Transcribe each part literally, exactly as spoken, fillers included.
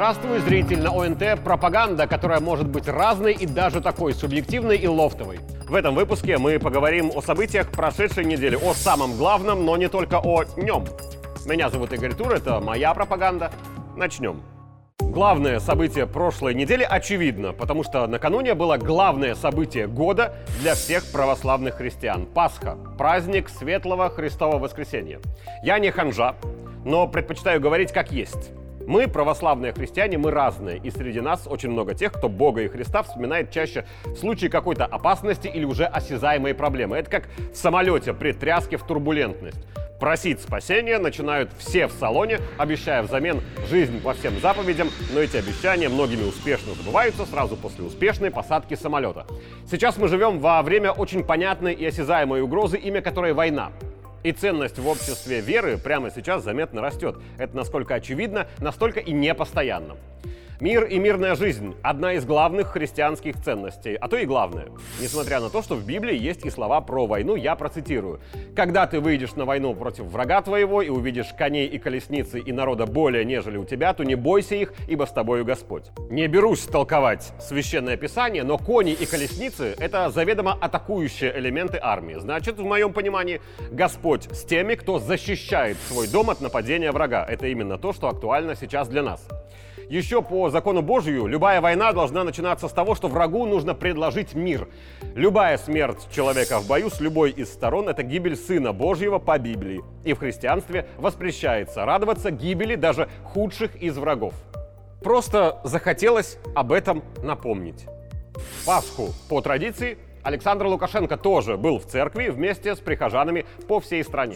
Здравствуй, зритель на ОНТ. Пропаганда, которая может быть разной и даже такой субъективной и лофтовой. В этом выпуске мы поговорим о событиях прошедшей недели, о самом главном, но не только о нем. Меня зовут Игорь Тур, это моя пропаганда. Начнем. Главное событие прошлой недели очевидно, потому что накануне было главное событие года для всех православных христиан – Пасха, праздник Светлого Христова Воскресения. Я не ханжа, но предпочитаю говорить как есть. Мы, православные христиане, мы разные, и среди нас очень много тех, кто Бога и Христа вспоминает чаще в случае какой-то опасности или уже осязаемой проблемы. Это как в самолете при тряске в турбулентность. Просить спасения начинают все в салоне, обещая взамен жизнь по всем заповедям, но эти обещания многими успешно забываются сразу после успешной посадки самолета. Сейчас мы живем во время очень понятной и осязаемой угрозы, имя которой война. И ценность в обществе веры прямо сейчас заметно растет. Это насколько очевидно, настолько и непостоянно. Мир и мирная жизнь – одна из главных христианских ценностей, а то и главное. Несмотря на то, что в Библии есть и слова про войну, я процитирую. «Когда ты выйдешь на войну против врага твоего и увидишь коней и колесницы и народа более, нежели у тебя, то не бойся их, ибо с тобою Господь». Не берусь толковать Священное Писание, но кони и колесницы – это заведомо атакующие элементы армии. Значит, в моем понимании, Господь с теми, кто защищает свой дом от нападения врага. Это именно то, что актуально сейчас для нас. Еще по закону Божию, любая война должна начинаться с того, что врагу нужно предложить мир. Любая смерть человека в бою с любой из сторон – это гибель Сына Божьего по Библии. И в христианстве воспрещается радоваться гибели даже худших из врагов. Просто захотелось об этом напомнить. В Пасху, по традиции, Александр Лукашенко тоже был в церкви вместе с прихожанами по всей стране.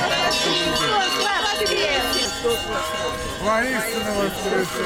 Воистину воскресен!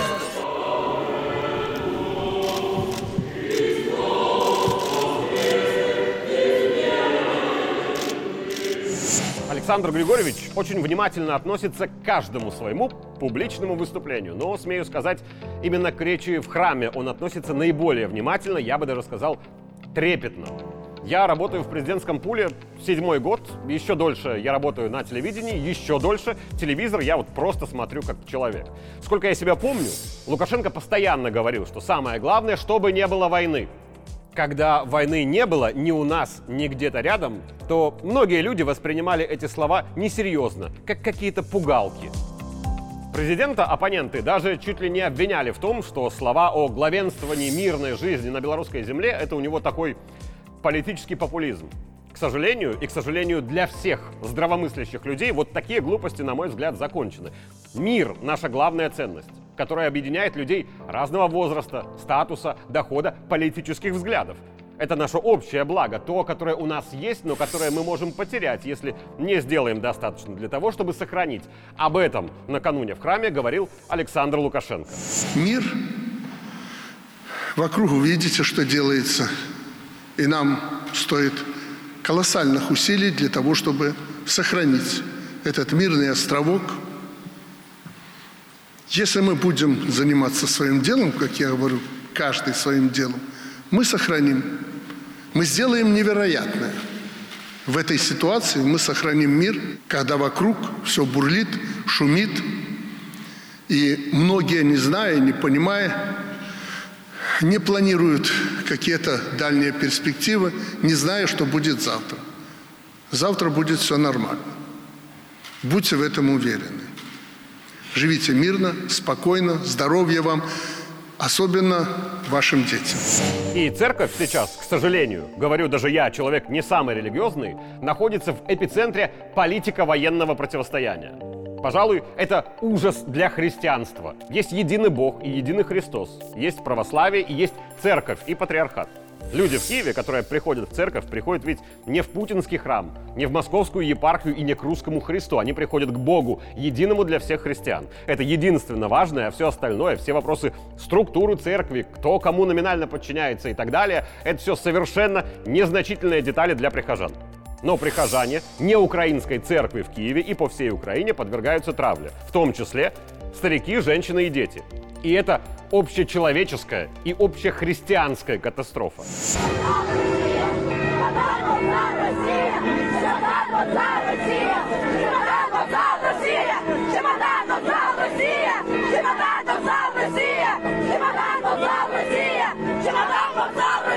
Александр Григорьевич очень внимательно относится к каждому своему публичному выступлению. Но, смею сказать, именно к речи в храме он относится наиболее внимательно, я бы даже сказал, трепетно. Я работаю в президентском пуле седьмой год, еще дольше я работаю на телевидении, еще дольше телевизор я вот просто смотрю как человек. Сколько я себя помню, Лукашенко постоянно говорил, что самое главное, чтобы не было войны. Когда войны не было ни у нас, ни где-то рядом, то многие люди воспринимали эти слова несерьезно, как какие-то пугалки. Президента оппоненты даже чуть ли не обвиняли в том, что слова о главенствовании мирной жизни на белорусской земле – это у него такой политический популизм. К сожалению, и к сожалению для всех здравомыслящих людей, вот такие глупости, на мой взгляд, закончены. Мир – наша главная ценность, которая объединяет людей разного возраста, статуса, дохода, политических взглядов. Это наше общее благо, то, которое у нас есть, но которое мы можем потерять, если не сделаем достаточно для того, чтобы сохранить. Об этом накануне в храме говорил Александр Лукашенко. Мир. Вокруг вы видите, что делается. И нам стоит колоссальных усилий для того, чтобы сохранить этот мирный островок. Если мы будем заниматься своим делом, как я говорю, каждый своим делом, мы сохраним. Мы сделаем невероятное. В этой ситуации мы сохраним мир, когда вокруг все бурлит, шумит. И многие, не зная, не понимая, не планируют какие-то дальние перспективы, не зная, что будет завтра. Завтра будет все нормально. Будьте в этом уверены. Живите мирно, спокойно, здоровья вам, особенно вашим детям. И церковь сейчас, к сожалению, говорю даже я, человек не самый религиозный, находится в эпицентре политико-военного противостояния. Пожалуй, это ужас для христианства. Есть единый Бог и единый Христос. Есть православие и есть церковь и патриархат. Люди в Киеве, которые приходят в церковь, приходят ведь не в путинский храм, не в московскую епархию и не к русскому Христу. Они приходят к Богу, единому для всех христиан. Это единственно важное, а все остальное, все вопросы структуры церкви, кто кому номинально подчиняется и так далее, это все совершенно незначительные детали для прихожан. Но прихожане не украинской церкви в Киеве и по всей Украине подвергаются травле, в том числе старики, женщины и дети. И это общечеловеческая и общехристианская катастрофа. Чемодан вокзал Россия! Чемодан вокзал Россия! Чемодан вокзал Россия!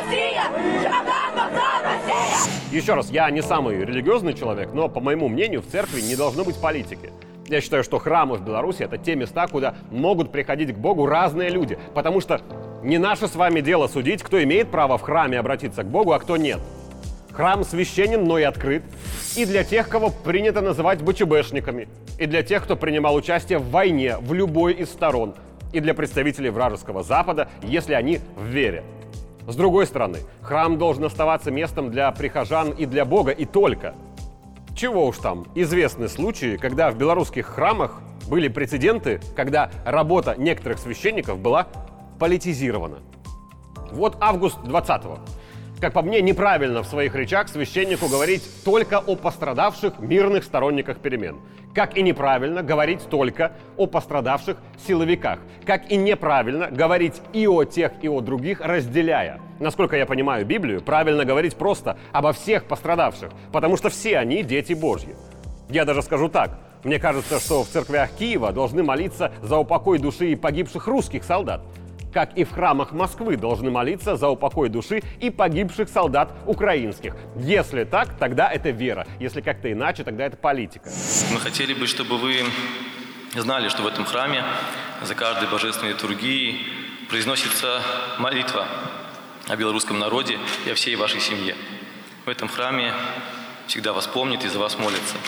Россия! Чемодан за Россия! Еще раз, я не самый религиозный человек, но, по моему мнению, в церкви не должно быть политики. Я считаю, что храмы в Беларуси — это те места, куда могут приходить к Богу разные люди. Потому что не наше с вами дело судить, кто имеет право в храме обратиться к Богу, а кто нет. Храм священен, но и открыт. И для тех, кого принято называть БЧБшниками. И для тех, кто принимал участие в войне в любой из сторон. И для представителей вражеского Запада, если они в вере. С другой стороны, храм должен оставаться местом для прихожан и для Бога, и только. Чего уж там, известны случаи, когда в белорусских храмах были прецеденты, когда работа некоторых священников была политизирована. Вот август двадцатого. Как по мне, неправильно в своих речах священнику говорить только о пострадавших мирных сторонниках перемен. Как и неправильно говорить только о пострадавших силовиках. Как и неправильно говорить и о тех, и о других, разделяя. Насколько я понимаю Библию, правильно говорить просто обо всех пострадавших, потому что все они дети Божьи. Я даже скажу так. Мне кажется, что в церквях Киева должны молиться за упокой души и погибших русских солдат. Как и в храмах Москвы должны молиться за упокой души и погибших солдат украинских. Если так, тогда это вера. Если как-то иначе, тогда это политика. Мы хотели бы, чтобы вы знали, что в этом храме за каждой божественной литургией произносится молитва о белорусском народе и о всей вашей семье. В этом храме всегда вас помнят и за вас молятся.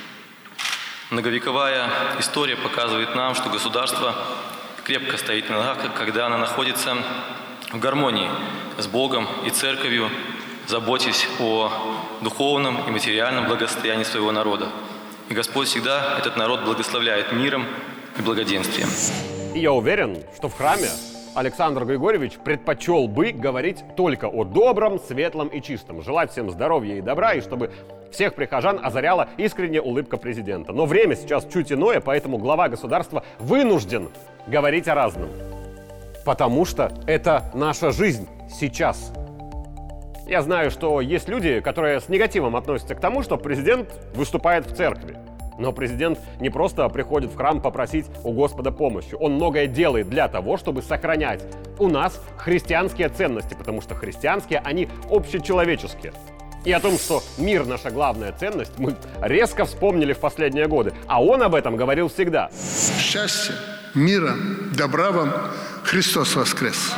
Многовековая история показывает нам, что государство крепко стоит на ногах, когда она находится в гармонии с Богом и Церковью, заботясь о духовном и материальном благосостоянии своего народа. И Господь всегда этот народ благословляет миром и благоденствием. И я уверен, что в храме Александр Григорьевич предпочел бы говорить только о добром, светлом и чистом. Желать всем здоровья и добра, и чтобы всех прихожан озаряла искренняя улыбка президента. Но время сейчас чуть иное, поэтому глава государства вынужден говорить о разном. Потому что это наша жизнь сейчас. Я знаю, что есть люди, которые с негативом относятся к тому, что президент выступает в церкви. Но президент не просто приходит в храм попросить у Господа помощи. Он многое делает для того, чтобы сохранять у нас христианские ценности, потому что христианские, они общечеловеческие. И о том, что мир — наша главная ценность, мы резко вспомнили в последние годы. А он об этом говорил всегда. Счастья, мира, добра вам. Христос воскрес!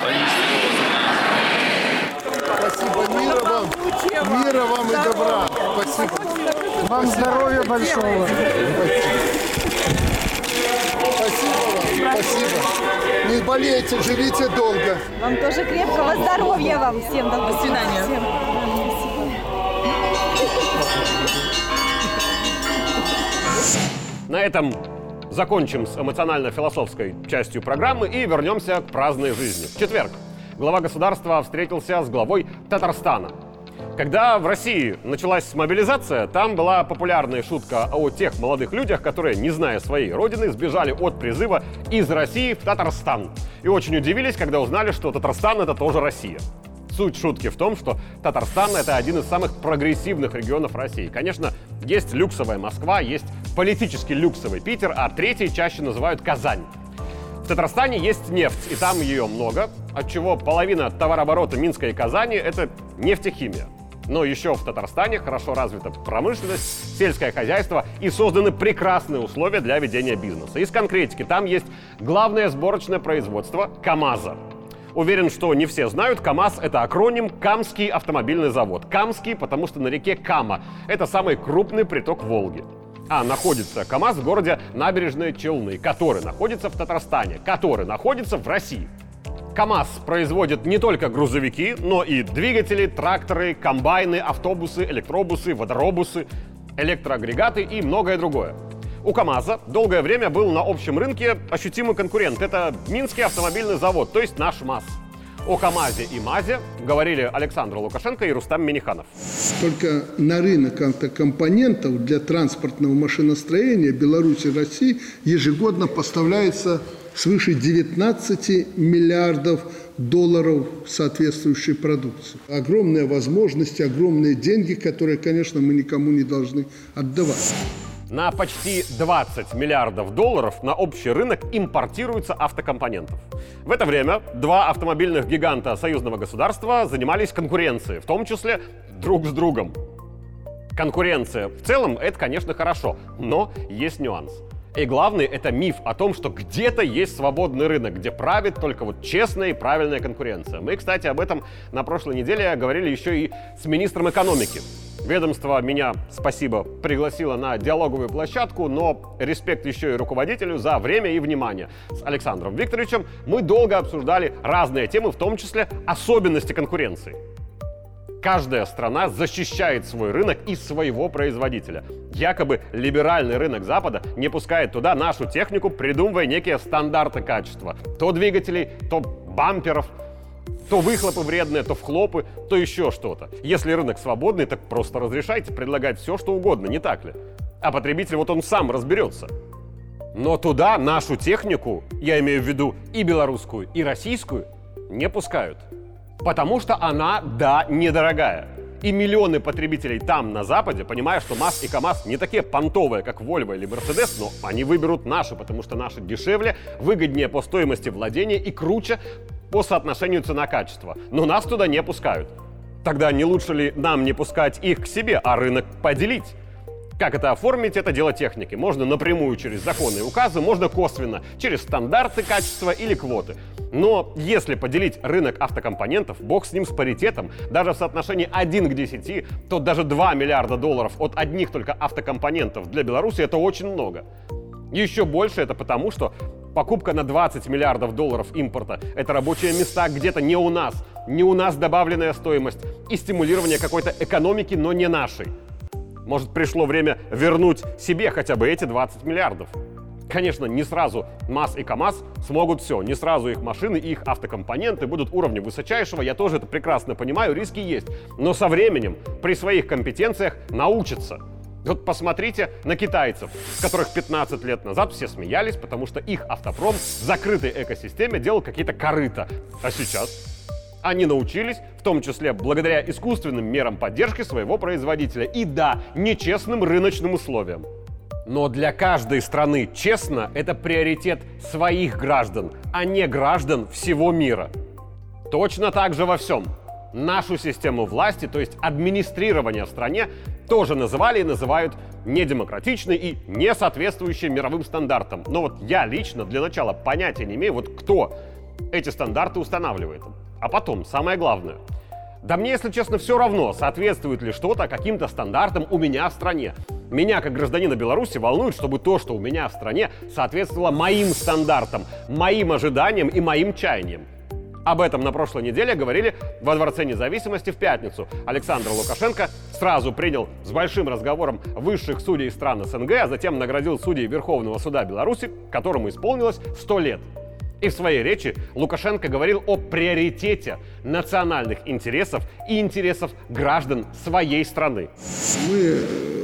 Спасибо, мира вам, мира вам и добра. Спасибо. Вам здоровья большого. Спасибо вам, спасибо. Не болейте, живите долго. Вам тоже крепкого здоровья вам всем. До свидания. На этом закончим с эмоционально-философской частью программы и вернемся к праздной жизни. В четверг глава государства встретился с главой Татарстана. Когда в России началась мобилизация, там была популярная шутка о тех молодых людях, которые, не зная своей родины, сбежали от призыва из России в Татарстан. И очень удивились, когда узнали, что Татарстан — это тоже Россия. Суть шутки в том, что Татарстан — это один из самых прогрессивных регионов России. Конечно, есть люксовая Москва, есть политически люксовый Питер, а третий чаще называют Казань. В Татарстане есть нефть, и там ее много, отчего половина товарооборота Минска и Казани — это нефтехимия. Но еще в Татарстане хорошо развита промышленность, сельское хозяйство и созданы прекрасные условия для ведения бизнеса. Из конкретики там есть главное сборочное производство КАМАЗа. Уверен, что не все знают, КАМАЗ — это акроним Камский автомобильный завод. Камский, потому что на реке Кама. Это самый крупный приток Волги. А находится КАМАЗ в городе Набережные Челны, который находится в Татарстане, который находится в России. КАМАЗ производит не только грузовики, но и двигатели, тракторы, комбайны, автобусы, электробусы, водоробусы, электроагрегаты и многое другое. У КАМАЗа долгое время был на общем рынке ощутимый конкурент. Это Минский автомобильный завод, то есть наш МАЗ. О КАМАЗе и МАЗе говорили Александр Лукашенко и Рустам Минниханов. Только на рынок автокомпонентов для транспортного машиностроения Беларуси и России ежегодно поставляется свыше девятнадцати миллиардов долларов соответствующей продукции. Огромные возможности, огромные деньги, которые, конечно, мы никому не должны отдавать. На почти двадцать миллиардов долларов на общий рынок импортируется автокомпонентов. В это время два автомобильных гиганта союзного государства занимались конкуренцией, в том числе друг с другом. Конкуренция в целом — это, конечно, хорошо, но есть нюанс. И главный — это миф о том, что где-то есть свободный рынок, где правит только вот честная и правильная конкуренция. Мы, кстати, об этом на прошлой неделе говорили еще и с министром экономики. Ведомство меня, спасибо, пригласило на диалоговую площадку, но респект еще и руководителю за время и внимание. С Александром Викторовичем мы долго обсуждали разные темы, в том числе особенности конкуренции. Каждая страна защищает свой рынок и своего производителя. Якобы либеральный рынок Запада не пускает туда нашу технику, придумывая некие стандарты качества. То двигателей, то бамперов, то выхлопы вредные, то вхлопы, то еще что-то. Если рынок свободный, так просто разрешайте предлагать все, что угодно, не так ли? А потребитель вот он сам разберется. Но туда нашу технику, я имею в виду и белорусскую, и российскую, не пускают. Потому что она, да, недорогая. И миллионы потребителей там, на Западе, понимая, что МАЗ и КАМАЗ не такие понтовые, как Volvo или Mercedes, но они выберут наши, потому что наши дешевле, выгоднее по стоимости владения и круче по соотношению цена-качество. Но нас туда не пускают. Тогда не лучше ли нам не пускать их к себе, а рынок поделить? Как это оформить, это дело техники. Можно напрямую через законы и указы, можно косвенно, через стандарты качества или квоты. Но если поделить рынок автокомпонентов, бог с ним с паритетом, даже в соотношении один к десяти, то даже два миллиарда долларов от одних только автокомпонентов для Беларуси — это очень много. Еще больше это потому, что покупка на двадцать миллиардов долларов импорта — это рабочие места где-то не у нас, не у нас добавленная стоимость и стимулирование какой-то экономики, но не нашей. Может, пришло время вернуть себе хотя бы эти двадцать миллиардов. Конечно, не сразу МАЗ и КАМАЗ смогут все. Не сразу их машины и их автокомпоненты будут уровня высочайшего. Я тоже это прекрасно понимаю, риски есть. Но со временем при своих компетенциях научатся. Вот посмотрите на китайцев, с которых пятнадцать лет назад все смеялись, потому что их автопром в закрытой экосистеме делал какие-то корыта. А сейчас они научились, в том числе благодаря искусственным мерам поддержки своего производителя. И да, нечестным рыночным условиям. Но для каждой страны честно — это приоритет своих граждан, а не граждан всего мира. Точно так же во всем. Нашу систему власти, то есть администрирование в стране, тоже называли и называют недемократичной и не соответствующей мировым стандартам. Но вот я лично для начала понятия не имею, вот кто эти стандарты устанавливает. А потом, самое главное. Да мне, если честно, все равно, соответствует ли что-то каким-то стандартам у меня в стране. Меня, как гражданина Беларуси, волнует, чтобы то, что у меня в стране, соответствовало моим стандартам, моим ожиданиям и моим чаяниям. Об этом на прошлой неделе говорили во Дворце независимости в пятницу. Александр Лукашенко сразу принял с большим разговором высших судей стран СНГ, а затем наградил судей Верховного суда Беларуси, которому исполнилось сто лет. И в своей речи Лукашенко говорил о приоритете национальных интересов и интересов граждан своей страны. Мы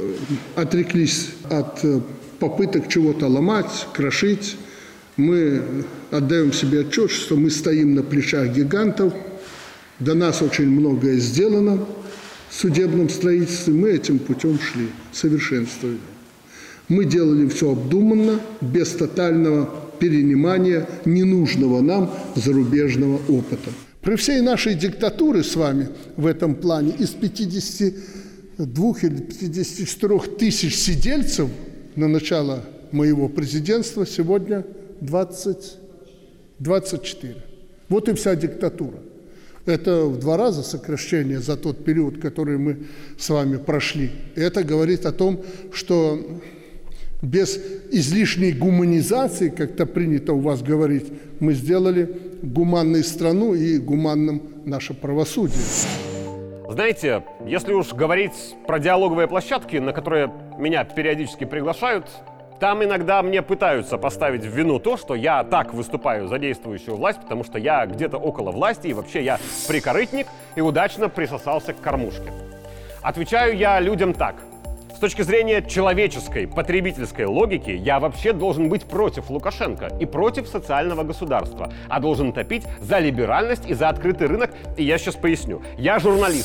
отреклись от попыток чего-то ломать, крошить. Мы отдаем себе отчет, что мы стоим на плечах гигантов. До нас очень многое сделано в судебном строительстве. Мы этим путем шли, совершенствовали. Мы делали все обдуманно, без тотального перенимания ненужного нам зарубежного опыта. При всей нашей диктатуре с вами в этом плане из пятидесяти двух или пятидесяти четырёх тысяч сидельцев на начало моего президентства сегодня двадцать, двадцать четыре. Вот и вся диктатура. Это в два раза сокращение за тот период, который мы с вами прошли. Это говорит о том, что без излишней гуманизации, как-то принято у вас говорить, мы сделали гуманную страну и гуманным наше правосудие. Знаете, если уж говорить про диалоговые площадки, на которые меня периодически приглашают, там иногда мне пытаются поставить в вину то, что я так выступаю за действующую власть, потому что я где-то около власти, и вообще я прикорытник и удачно присосался к кормушке. Отвечаю я людям так. С точки зрения человеческой, потребительской логики, я вообще должен быть против Лукашенко и против социального государства, а должен топить за либеральность и за открытый рынок, и я сейчас поясню. Я журналист.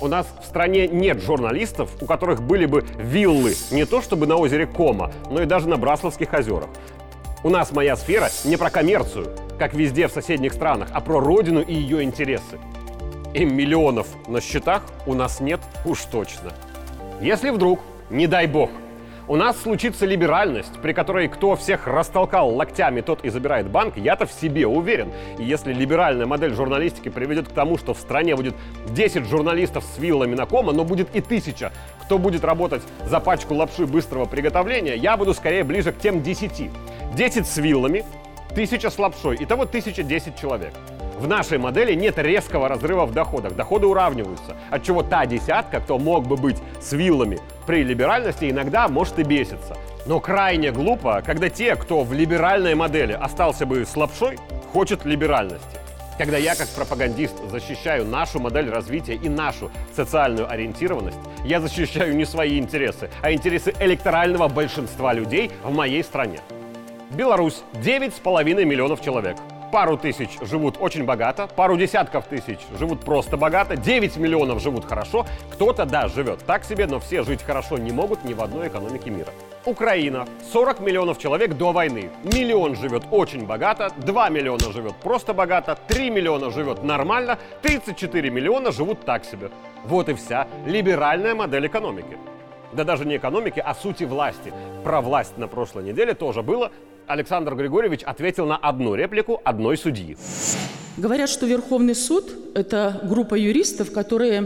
У нас в стране нет журналистов, у которых были бы виллы не то чтобы на озере Кома, но и даже на Брасловских озерах. У нас моя сфера не про коммерцию, как везде в соседних странах, а про родину и ее интересы. И миллионов на счетах у нас нет уж точно. Если вдруг, не дай бог, у нас случится либеральность, при которой кто всех растолкал локтями, тот и забирает банк, я-то в себе уверен. И если либеральная модель журналистики приведет к тому, что в стране будет десять журналистов с виллами на Кома, но будет и тысяча, кто будет работать за пачку лапши быстрого приготовления, я буду скорее ближе к тем десяти. десять с виллами, тысяча с лапшой. Итого тысяча десять человек. В нашей модели нет резкого разрыва в доходах. Доходы уравниваются. Отчего та десятка, кто мог бы быть с виллами при либеральности, иногда может и беситься. Но крайне глупо, когда те, кто в либеральной модели остался бы с лапшой, хочет либеральности. Когда я, как пропагандист, защищаю нашу модель развития и нашу социальную ориентированность, я защищаю не свои интересы, а интересы электорального большинства людей в моей стране. Беларусь – девять с половиной миллионов человек. Пару тысяч живут очень богато, пару десятков тысяч живут просто богато, девять миллионов живут хорошо, кто-то, да, живет так себе, но все жить хорошо не могут ни в одной экономике мира. Украина – сорок миллионов человек до войны, миллион живет очень богато, два миллиона живет просто богато, три миллиона живет нормально, тридцать четыре миллиона живут так себе. Вот и вся либеральная модель экономики. Да даже не экономики, а сути власти. Про власть на прошлой неделе тоже было. Александр Григорьевич ответил на одну реплику одной судьи. Говорят, что Верховный суд – это группа юристов, которые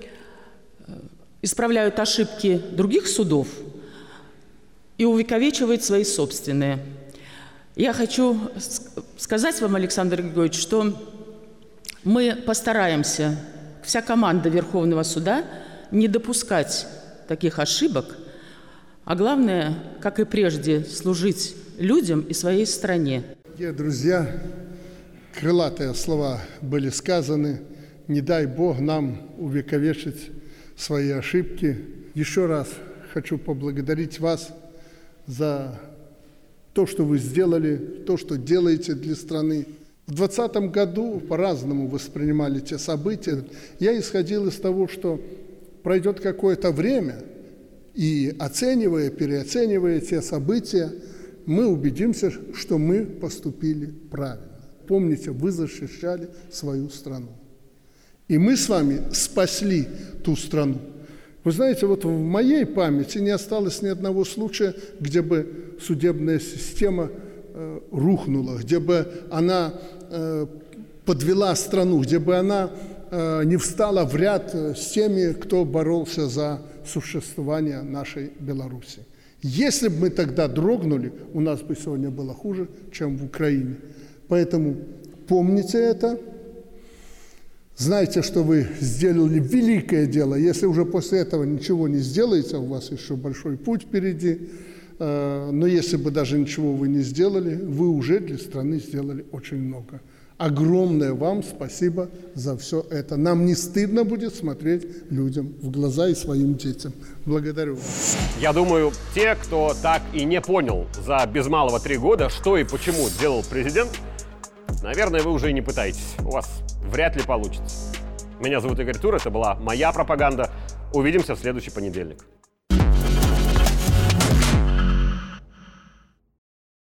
исправляют ошибки других судов и увековечивают свои собственные. Я хочу сказать вам, Александр Григорьевич, что мы постараемся, вся команда Верховного суда, не допускать таких ошибок, а главное, как и прежде, служить людям и своей стране. Дорогие друзья, крылатые слова были сказаны. Не дай Бог нам увековечить свои ошибки. Еще раз хочу поблагодарить вас за то, что вы сделали, то, что делаете для страны. В двадцатом году по-разному воспринимали те события. Я исходил из того, что пройдет какое-то время, и оценивая, переоценивая те события, мы убедимся, что мы поступили правильно. Помните, вы защищали свою страну. И мы с вами спасли ту страну. Вы знаете, вот в моей памяти не осталось ни одного случая, где бы судебная система э, рухнула, где бы она э, подвела страну, где бы она э, не встала в ряд с теми, кто боролся за существование нашей Беларуси. Если бы мы тогда дрогнули, у нас бы сегодня было хуже, чем в Украине. Поэтому помните это. Знайте, что вы сделали великое дело. Если уже после этого ничего не сделаете, у вас еще большой путь впереди. Но если бы даже ничего вы не сделали, вы уже для страны сделали очень много. Огромное вам спасибо за все это. Нам не стыдно будет смотреть людям в глаза и своим детям. Благодарю вас. Я думаю, те, кто так и не понял за без малого три года, что и почему делал президент, наверное, вы уже и не пытаетесь. У вас вряд ли получится. Меня зовут Игорь Тур, это была моя пропаганда. Увидимся в следующий понедельник.